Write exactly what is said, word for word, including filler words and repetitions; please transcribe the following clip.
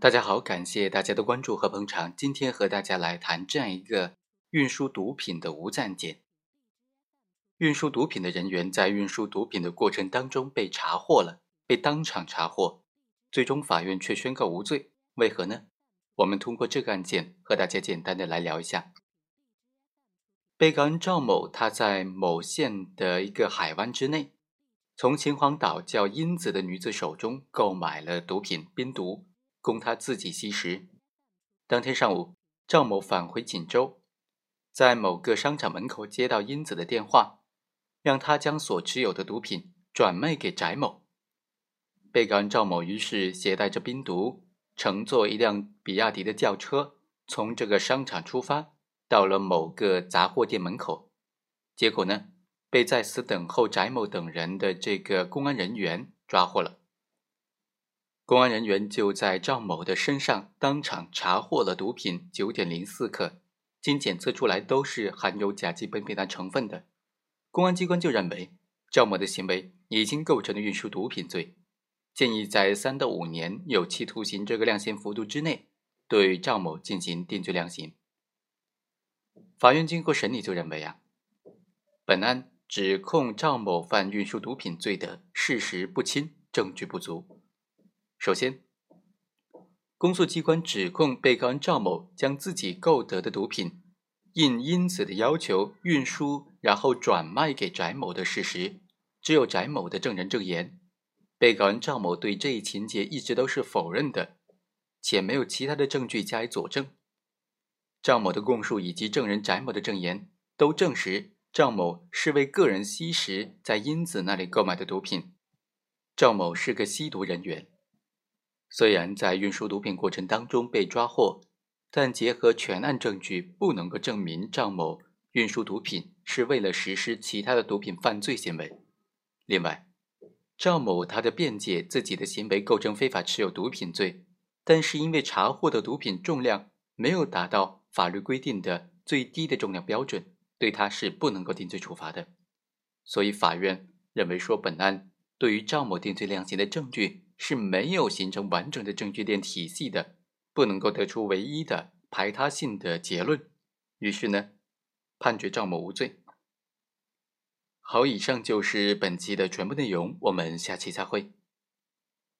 大家好，感谢大家的关注和捧场。今天和大家来谈这样一个运输毒品的无证件。运输毒品的人员在运输毒品的过程当中被查获了，被当场查获，最终法院却宣告无罪，为何呢？我们通过这个案件和大家简单的来聊一下。被告人赵某，他在某县的一个海湾之内，从秦皇岛叫英子的女子手中购买了毒品冰毒，供他自己吸食。当天上午，赵某返回锦州，在某个商场门口接到英子的电话，让他将所持有的毒品转卖给翟某。被告人赵某于是携带着冰毒，乘坐一辆比亚迪的轿车，从这个商场出发，到了某个杂货店门口。结果呢，被在此等候翟某等人的这个公安人员抓获了。公安人员就在赵某的身上当场查获了毒品 九点零四 克，经检测出来都是含有甲基苯丙胺成分的。公安机关就认为赵某的行为已经构成了运输毒品罪，建议在三到五年有期徒刑这个量刑幅度之内对赵某进行定罪量刑。法院经过审理就认为啊，本案指控赵某犯运输毒品罪的事实不清，证据不足。首先，公诉机关指控被告人赵某将自己购得的毒品应因子的要求运输然后转卖给翟某的事实，只有翟某的证人证言，被告人赵某对这一情节一直都是否认的，且没有其他的证据加以佐证。赵某的供述以及证人翟某的证言都证实赵某是为个人吸食在因子那里购买的毒品，赵某是个吸毒人员。虽然在运输毒品过程当中被抓获，但结合全案证据不能够证明赵某运输毒品是为了实施其他的毒品犯罪行为。另外，赵某他的辩解自己的行为构成非法持有毒品罪，但是因为查获的毒品重量没有达到法律规定的最低的重量标准，对他是不能够定罪处罚的。所以法院认为说本案对于赵某定罪量刑的证据是没有形成完整的证据链体系的，不能够得出唯一的排他性的结论，于是呢，判决赵某无罪。好，以上就是本期的全部内容，我们下期再会。